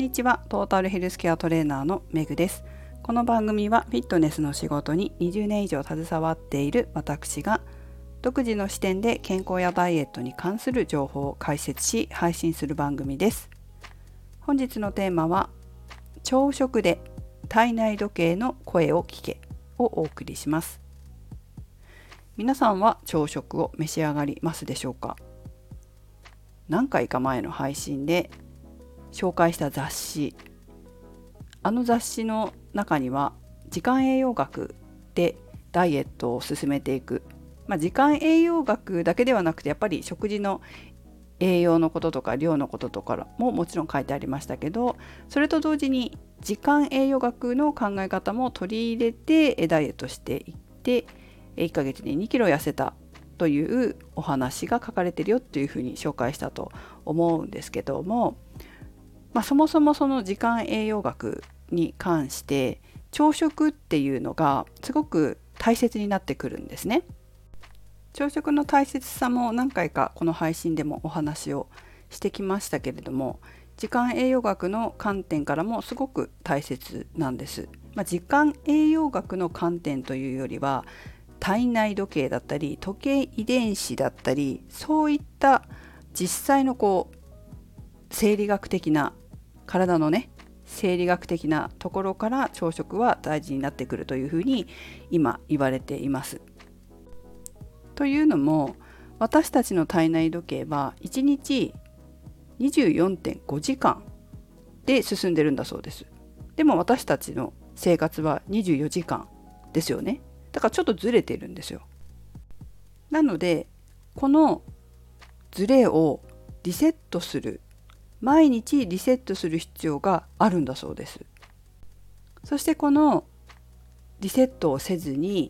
にちは。トータルヘルスケアトレーナーのめぐです。この番組はフィットネスの仕事に20年以上携わっている私が独自の視点で健康やダイエットに関する情報を解説し配信する番組です。本日のテーマは朝食で体内時計の声を聞けをお送りします。皆さんは朝食を召し上がりますでしょうか？何回か前の配信で紹介した雑誌、あの雑誌の中には時間栄養学でダイエットを進めていく、時間栄養学だけではなくてやっぱり食事の栄養のこととか量のこととかももちろん書いてありましたけど、それと同時に時間栄養学の考え方も取り入れてダイエットしていって1ヶ月に2キロ痩せたというお話が書かれてるよっていうふうに紹介したと思うんですけども、そもそもその時間栄養学に関して朝食っていうのがすごく大切になってくるんですね。朝食の大切さも何回かこの配信でもお話をしてきましたけれども、時間栄養学の観点からもすごく大切なんです。時間栄養学の観点というよりは体内時計だったり時計遺伝子だったり、そういった実際の生理学的な体の生理学的なところから朝食は大事になってくるというふうに今言われています。というのも私たちの体内時計は1日 24.5 時間で進んでるんだそうです。でも私たちの生活は24時間ですよね。だからちょっとずれてるんですよ。なのでこのずれをリセットする、毎日リセットする必要があるんだそうです。そしてこのリセットをせずに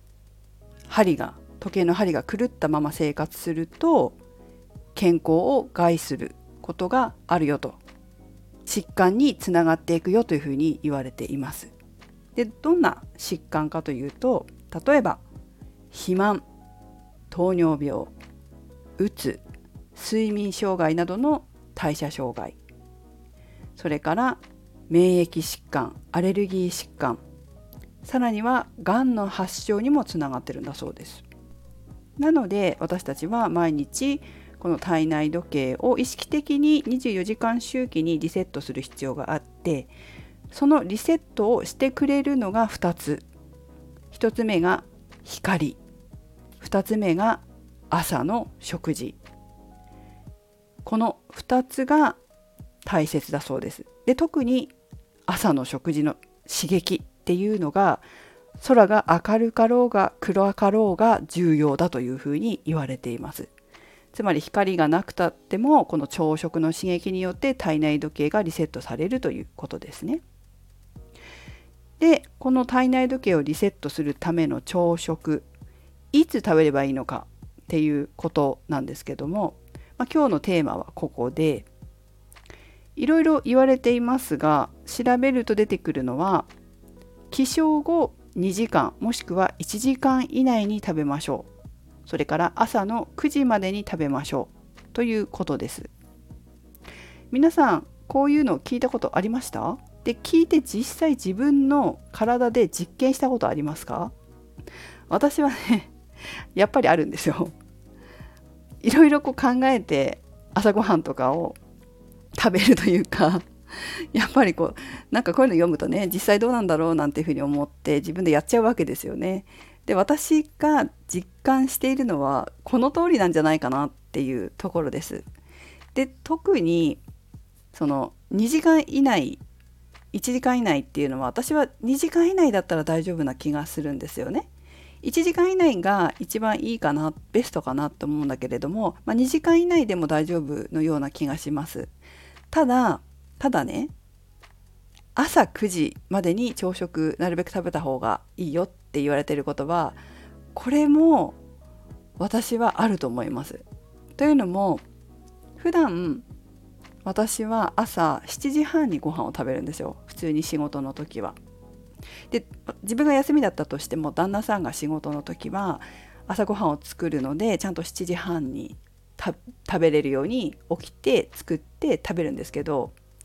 時計の針が狂ったまま生活すると健康を害することがあるよと、疾患につながっていくよというふうに言われています。で、どんな疾患かというと、例えば肥満、糖尿病、うつ、睡眠障害などの代謝障害、それから免疫疾患、アレルギー疾患、さらにはがんの発症にもつながってるんだそうです。なので私たちは毎日この体内時計を意識的に24時間周期にリセットする必要があって、そのリセットをしてくれるのが2つ。1つ目が光、2つ目が朝の食事。この2つが大切だそうです。で、特に朝の食事の刺激っていうのが空が明るかろうが暗かろうが重要だというふうに言われています。つまり光がなくたってもこの朝食の刺激によって体内時計がリセットされるということですね。で、この体内時計をリセットするための朝食、いつ食べればいいのかっていうことなんですけども、今日のテーマはここで、いろいろ言われていますが、調べると出てくるのは起床後2時間もしくは1時間以内に食べましょう、それから朝の9時までに食べましょうということです。皆さんこういうのを聞いたことありました？で、聞いて実際自分の体で実験したことありますか？私はやっぱりあるんですよ。いろいろ考えて朝ごはんとかを食べるというか、やっぱりなんかこういうの読むと実際どうなんだろうなんていうふうに思って自分でやっちゃうわけですよね。で、私が実感しているのはこの通りなんじゃないかなっていうところです。で、特にその2時間以内、1時間以内っていうのは私は2時間以内だったら大丈夫な気がするんですよね。1時間以内が一番いいかな、ベストかなと思うんだけれども、2時間以内でも大丈夫のような気がします。ただね、朝9時までに朝食なるべく食べた方がいいよって言われていることは、これも私はあると思います。というのも、普段私は朝7時半にご飯を食べるんですよ。普通に仕事の時は。で、自分が休みだったとしても旦那さんが仕事の時は朝ごはんを作るので、ちゃんと7時半に食べれるように起きて作って食べるんですけど、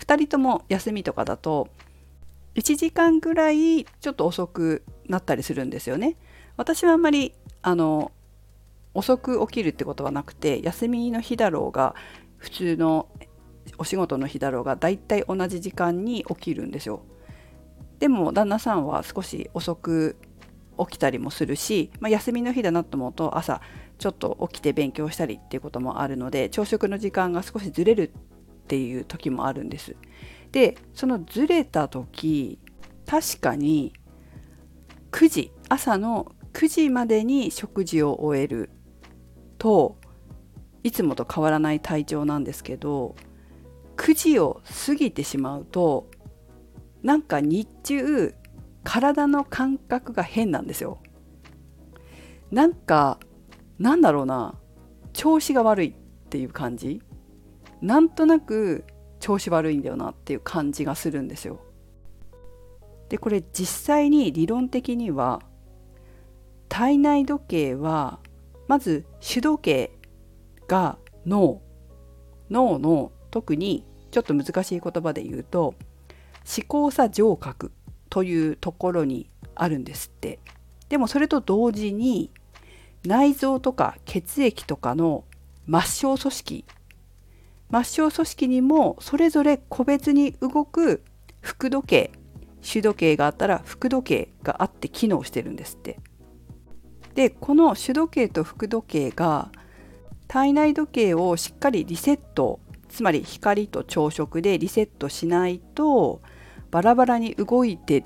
2人とも休みとかだと1時間ぐらいちょっと遅くなったりするんですよね。私はあんまり遅く起きるってことはなくて、休みの日だろうが普通のお仕事の日だろうがだいたい同じ時間に起きるんですよ。でも旦那さんは少し遅く起きたりもするし、休みの日だなと思うと朝ちょっと起きて勉強したりっていうこともあるので、朝食の時間が少しずれるっていう時もあるんです。でそのずれた時、確かに朝の9時までに食事を終えるといつもと変わらない体調なんですけど、9時を過ぎてしまうとなんか日中体の感覚が変なんですよ。なんだろうな、調子が悪いっていう感じ、なんとなく調子悪いんだよなっていう感じがするんですよ。でこれ実際に理論的には体内時計はまず主時計が脳の特にちょっと難しい言葉で言うと視交差上核というところにあるんですって。でもそれと同時に内臓とか血液とかの末梢組織にもそれぞれ個別に動く副時計、主時計があったら副時計があって機能してるんですって。でこの主時計と副時計が体内時計をしっかりリセット、つまり光と朝食でリセットしないとバラバラに動いてって、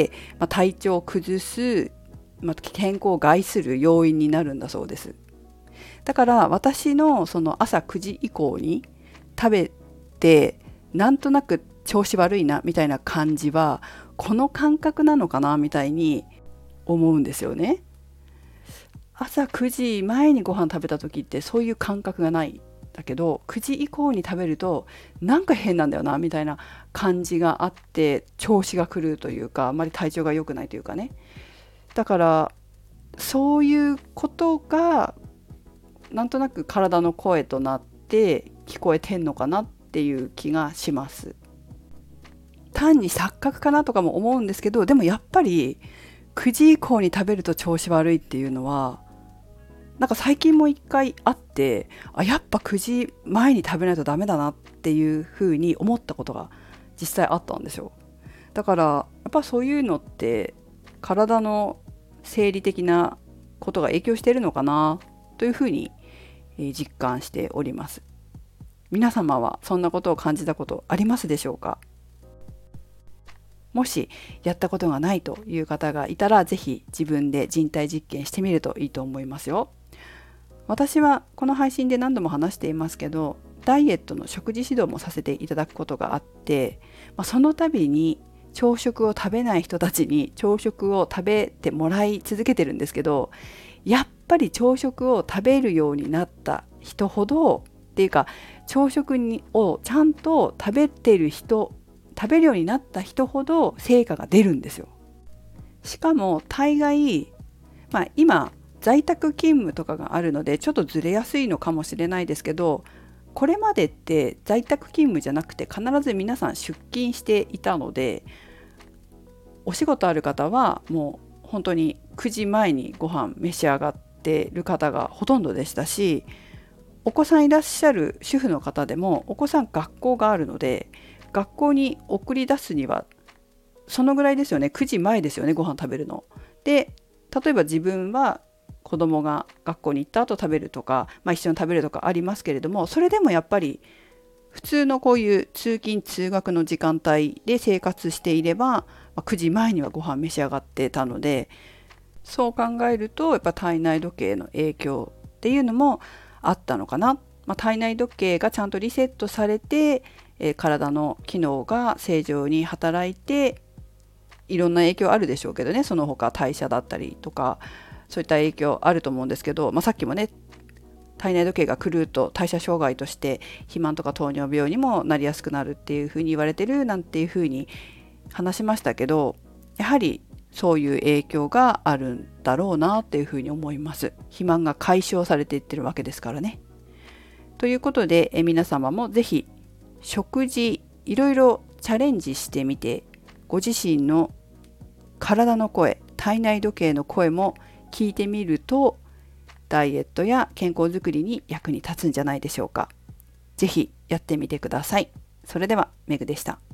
体調を崩す、健康を害する要因になるんだそうです。だから私のその朝9時以降に食べてなんとなく調子悪いなみたいな感じはこの感覚なのかなみたいに思うんですよね。朝9時前にご飯食べた時ってそういう感覚がないだけど、9時以降に食べるとなんか変なんだよなみたいな感じがあって調子が狂うというか、あんまり体調が良くないというかね。だからそういうことがなんとなく体の声となって聞こえてんのかなっていう気がします。単に錯覚かなとかも思うんですけど、でもやっぱり9時以降に食べると調子悪いっていうのはなんか最近も一回あって、やっぱ9時前に食べないとダメだなっていうふうに思ったことが実際あったんですよ。だからやっぱそういうのって体の生理的なことが影響しているのかなというふうに実感しております。皆様はそんなことを感じたことありますでしょうか？もしやったことがないという方がいたら、ぜひ自分で人体実験してみるといいと思いますよ。私はこの配信で何度も話していますけど、ダイエットの食事指導もさせていただくことがあって、その度に朝食を食べない人たちに朝食を食べてもらい続けてるんですけど、やっぱり朝食を食べるようになった人ほどっていうか、朝食をちゃんと食べるようになった人ほど成果が出るんですよ。しかも大概、今在宅勤務とかがあるのでちょっとずれやすいのかもしれないですけど、これまでって在宅勤務じゃなくて必ず皆さん出勤していたので、お仕事ある方はもう本当に9時前にご飯召し上がってる方がほとんどでしたし、お子さんいらっしゃる主婦の方でもお子さん学校があるので、学校に送り出すにはそのぐらいですよね。9時前ですよね、ご飯食べるの。で、例えば自分は子供が学校に行った後食べるとか、一緒に食べるとかありますけれども、それでもやっぱり普通のこういう通勤通学の時間帯で生活していれば、9時前にはご飯召し上がってたので、そう考えるとやっぱ体内時計の影響っていうのもあったのかな。体内時計がちゃんとリセットされて、体の機能が正常に働いて、いろんな影響あるでしょうけどね、その他代謝だったりとかそういった影響あると思うんですけど、さっきもね、体内時計が狂うと代謝障害として肥満とか糖尿病にもなりやすくなるっていうふうに言われてるなんていうふうに話しましたけど、やはりそういう影響があるんだろうなっていうふうに思います。肥満が解消されていってるわけですからね。ということで皆様もぜひ食事いろいろチャレンジしてみて、ご自身の体の声、体内時計の声も聞いてみると、ダイエットや健康づくりに役に立つんじゃないでしょうか。ぜひやってみてください。それでは、めぐでした。